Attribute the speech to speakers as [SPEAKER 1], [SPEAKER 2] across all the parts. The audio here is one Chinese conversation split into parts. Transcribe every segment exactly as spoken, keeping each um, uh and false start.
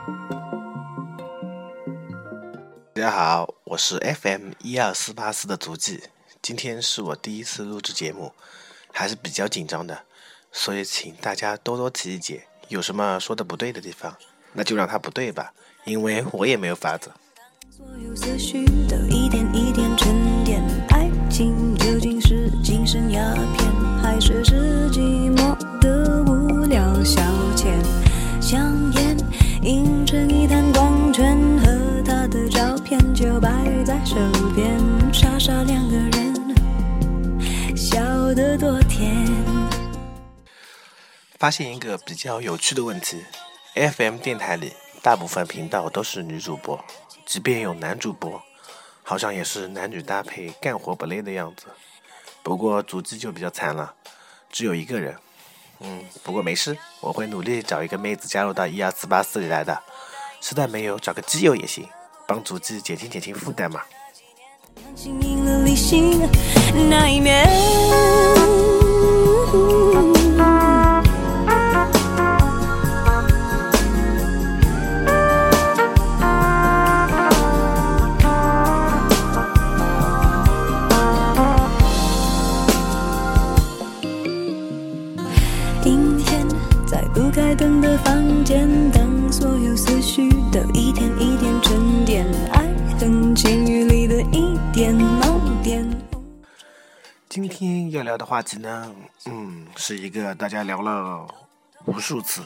[SPEAKER 1] 大家好，我是 F M 一二四八四的足迹。今天是我第一次录制节目，还是比较紧张的，所以请大家多多提意见，有什么说的不对的地方，那就让它不对吧，因为我也没有法子。
[SPEAKER 2] 所有思绪都一点一点沉淀，爱情究竟是精神鸦片，还是是寂寞的无聊消遣？香烟映成一滩光圈，和他的照片就摆在手边，傻傻两个人，笑得多甜。
[SPEAKER 1] 发现一个比较有趣的问题， F M 电台里大部分频道都是女主播，即便有男主播，好像也是男女搭配干活不累的样子。不过足迹就比较惨了，只有一个人。嗯，不过没事，我会努力找一个妹子加入到一二四八四里来的，实在没有找个基友也行，帮足迹减轻减轻负担嘛。
[SPEAKER 2] 赢了理性那一面，阴天在不开灯的房间，当所有思绪都一点一点沉淀，爱恨情欲里的一点盲点。
[SPEAKER 1] 今天要聊的话题呢，嗯，是一个大家聊了无数次，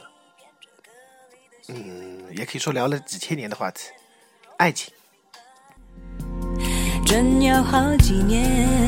[SPEAKER 1] 嗯，也可以说聊了几千年的话题，爱情。
[SPEAKER 2] 真要好几年。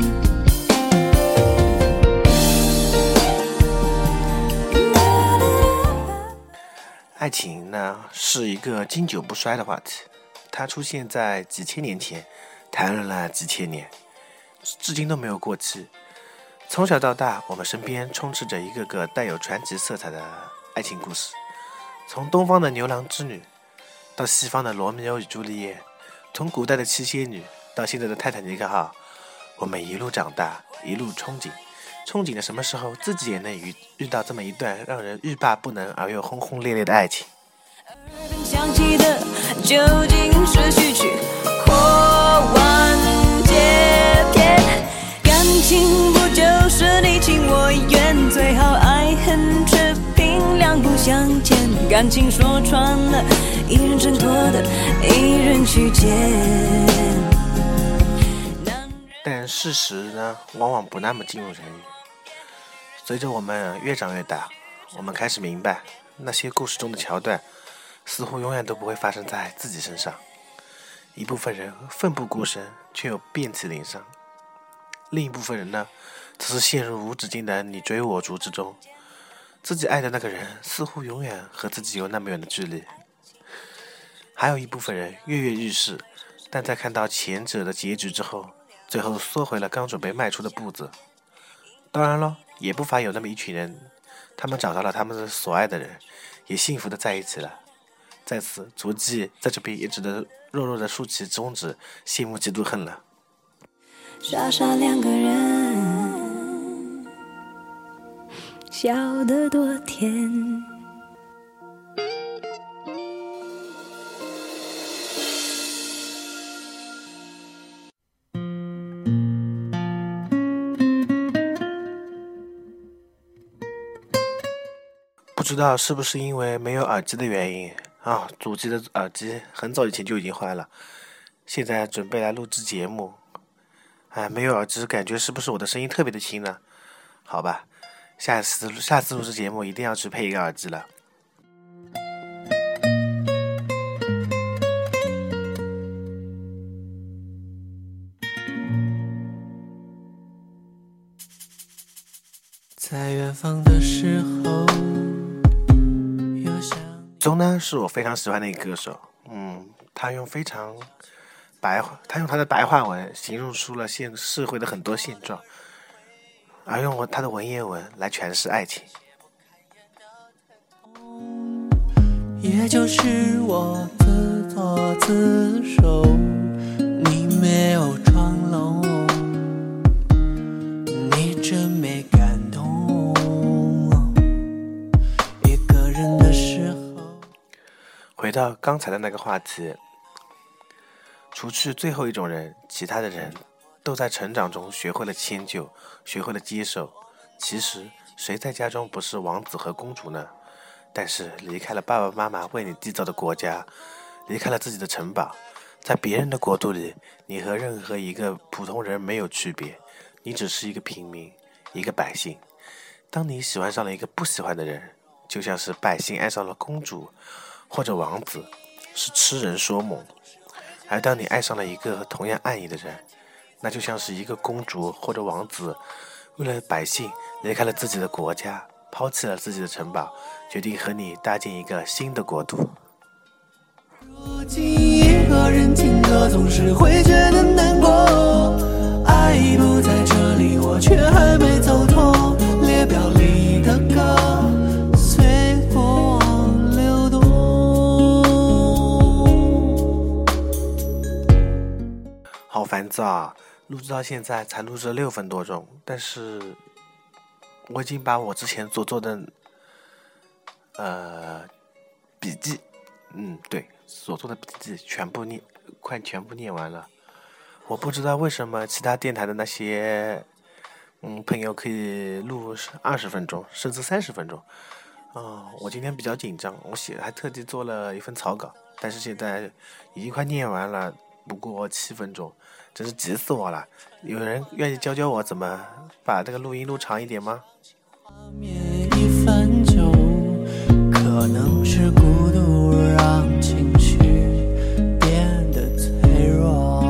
[SPEAKER 1] 爱情呢是一个经久不衰的话题，它出现在几千年前，谈论了几千年，至今都没有过期。从小到大，我们身边充斥着一个个带有传奇色彩的爱情故事，从东方的牛郎织女到西方的罗密欧与朱丽叶，从古代的七仙女到现在的泰坦尼克号，我们一路长大，一路憧憬憧憬着什么时候自己也能遇遇到这么一段让人欲罢不能而又轰轰烈烈的爱情。
[SPEAKER 2] 耳边响起的究竟是序曲或完结篇？感情不就是你情我愿，最好爱恨持平，两不相欠。感情说穿了，一人挣脱的，一人去捡。
[SPEAKER 1] 但事实呢，往往不那么尽如人意。随着我们越长越大，我们开始明白，那些故事中的桥段似乎永远都不会发生在自己身上。一部分人奋不顾身，却又遍体鳞伤；另一部分人呢，则是陷入无止境的你追我逐之中，自己爱的那个人似乎永远和自己有那么远的距离。还有一部分人跃跃欲试，但在看到前者的结局之后，最后缩回了刚准备迈出的步子。当然了，也不乏有那么一群人，他们找到了他们所爱的人，也幸福的在一起了。在此，足迹在这边也只能弱弱的竖起中指，羡慕嫉妒恨了。
[SPEAKER 2] 傻傻两个人，笑得多甜。
[SPEAKER 1] 不知道是不是因为没有耳机的原因啊，足迹的耳机很早以前就已经坏了，现在准备来录制节目，哎，没有耳机，感觉是不是我的声音特别的轻呢？好吧，下次下次录制节目一定要去配一个耳机了。
[SPEAKER 3] 在远方的时候，
[SPEAKER 1] 钟呢是我非常喜欢的一个歌手，嗯，他用非常白，他用他的白话文形容出了现社会的很多现状，而用他的文言文来诠释爱情。
[SPEAKER 3] 也就是我自作自受，你没有装聋，你真没感动。一个人的时候，
[SPEAKER 1] 回回到刚才的那个话题，除去最后一种人，其他的人都在成长中学会了迁就，学会了接受。其实谁在家中不是王子和公主呢？但是离开了爸爸妈妈为你缔造的国家，离开了自己的城堡，在别人的国度里，你和任何一个普通人没有区别，你只是一个平民，一个百姓。当你喜欢上了一个不喜欢的人，就像是百姓爱上了公主或者王子，是痴人说梦。而当你爱上了一个同样爱你的人，那就像是一个公主或者王子为了百姓离开了自己的国家，抛弃了自己的城堡，决定和你搭建一个新的国度。
[SPEAKER 3] 如今一个人听歌总是会觉得难过，爱不在这里，我却还没走脱。列表里的歌随过往流动。
[SPEAKER 1] 好烦躁啊！录制到现在才录制了六分多钟，但是我已经把我之前所做的呃笔记，嗯对，所做的笔记全部念，快全部念完了。我不知道为什么其他电台的那些嗯朋友可以录二十分钟，甚至三十分钟。啊、呃，我今天比较紧张，我写还特地做了一份草稿，但是现在已经快念完了，不过七分钟。真是急死我了！有人愿意教教我怎么把这个录音录长一点吗？
[SPEAKER 3] 一番酒，可能是孤独让情绪变得脆弱。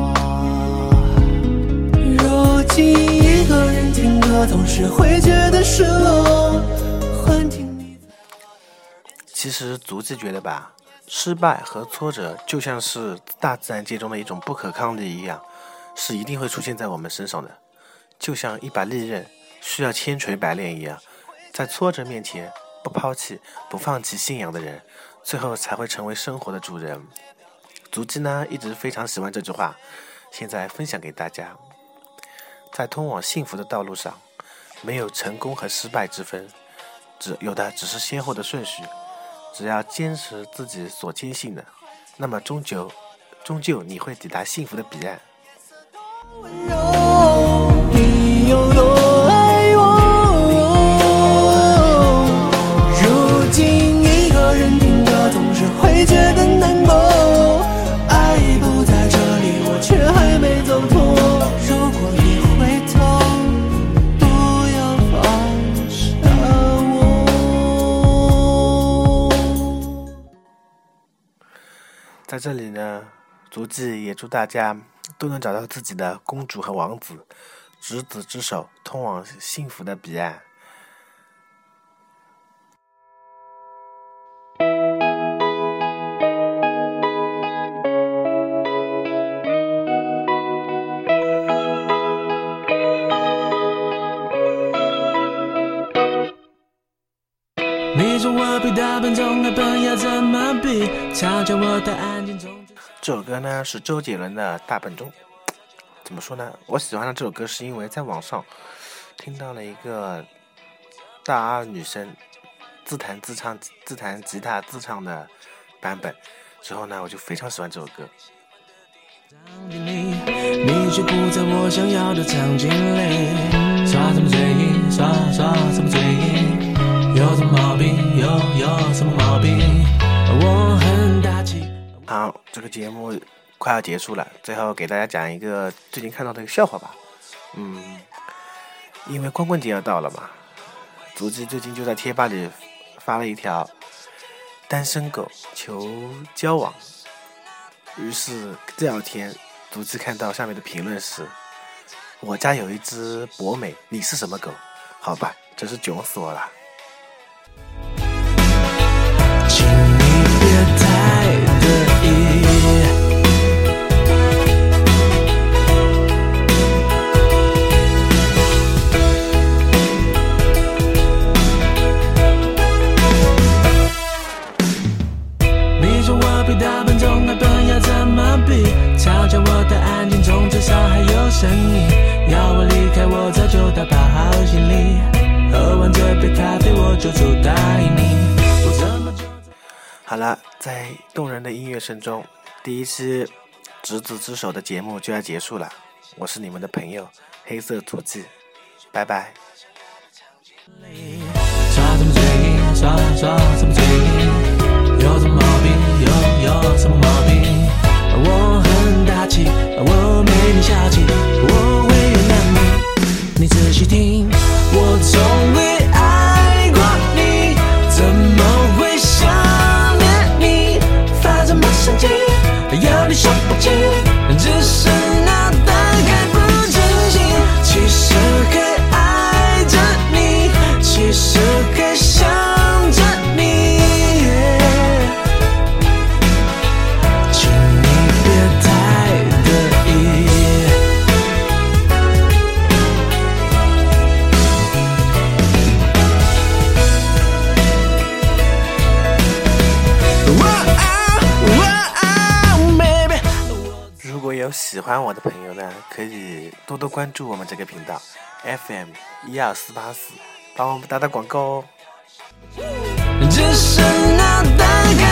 [SPEAKER 3] 如今一个人听歌总是会觉得失落。幻听你
[SPEAKER 1] 其实足迹觉得吧，失败和挫折就像是大自然界中的一种不可抗力一样，是一定会出现在我们身上的，就像一把利刃需要千锤百炼一样，在挫折面前不抛弃不放弃信仰的人，最后才会成为生活的主人。足迹呢一直非常喜欢这句话，现在分享给大家。在通往幸福的道路上，没有成功和失败之分，只有的只是先后的顺序。只要坚持自己所坚信的，那么终究终究你会抵达幸福的彼岸。
[SPEAKER 3] 你有多爱我？如今一个人听歌总是会觉得难过，爱不在这里，我却还没走脱。如果你回头，不要放下我。
[SPEAKER 1] 在这里呢，足迹也祝大家都能找到自己的公主和王子，执子之手，通往幸福的彼岸。
[SPEAKER 3] 你说我比他笨，总爱笨，要怎么比？瞧瞧我的安静中。
[SPEAKER 1] 这首歌呢是周杰伦的《大笨钟》。怎么说呢？我喜欢的这首歌是因为在网上听到了一个大二女生自弹自唱、自弹吉他自唱的版本，之后呢，我就非常喜欢这首歌。
[SPEAKER 3] 你你却不在我想要的场景里，耍什么嘴硬，耍耍什么嘴硬，有什么毛病，有有什么毛病？我很大气。
[SPEAKER 1] 好，这个节目快要结束了，最后给大家讲一个最近看到的一个笑话吧。嗯，因为光棍节要到了嘛，足迹最近就在贴吧里发了一条单身狗求交往，于是第二天足迹看到下面的评论是：我家有一只博美，你是什么狗？好吧，真是囧死我了。
[SPEAKER 3] 请你别太得意。你说我比他笨，总爱笨，要怎么比？瞧瞧我的安静中至少还有声音，要我离开我早就打包好行李，喝完这杯咖啡我就走答应你。
[SPEAKER 1] 好了，在动人的音乐声中，第一期执子之手的节目就要结束了。我是你们的朋友黑色足迹，拜拜。
[SPEAKER 3] 抓什么嘴硬，抓抓什么嘴硬，有什么毛病，有有什么毛病？我很大气，我没你小气，我会原谅你。你仔细听，我从未爱过你，怎么会想念你？发这么神经，有点说不清，只是脑袋还不清醒。其实还爱着你，其实还想着你，请你别太得意。
[SPEAKER 1] 如果有喜欢我的朋友呢，可以多多关注我们这个频道 F M 一二四八四，帮我们打打广告哦。
[SPEAKER 3] 只是脑袋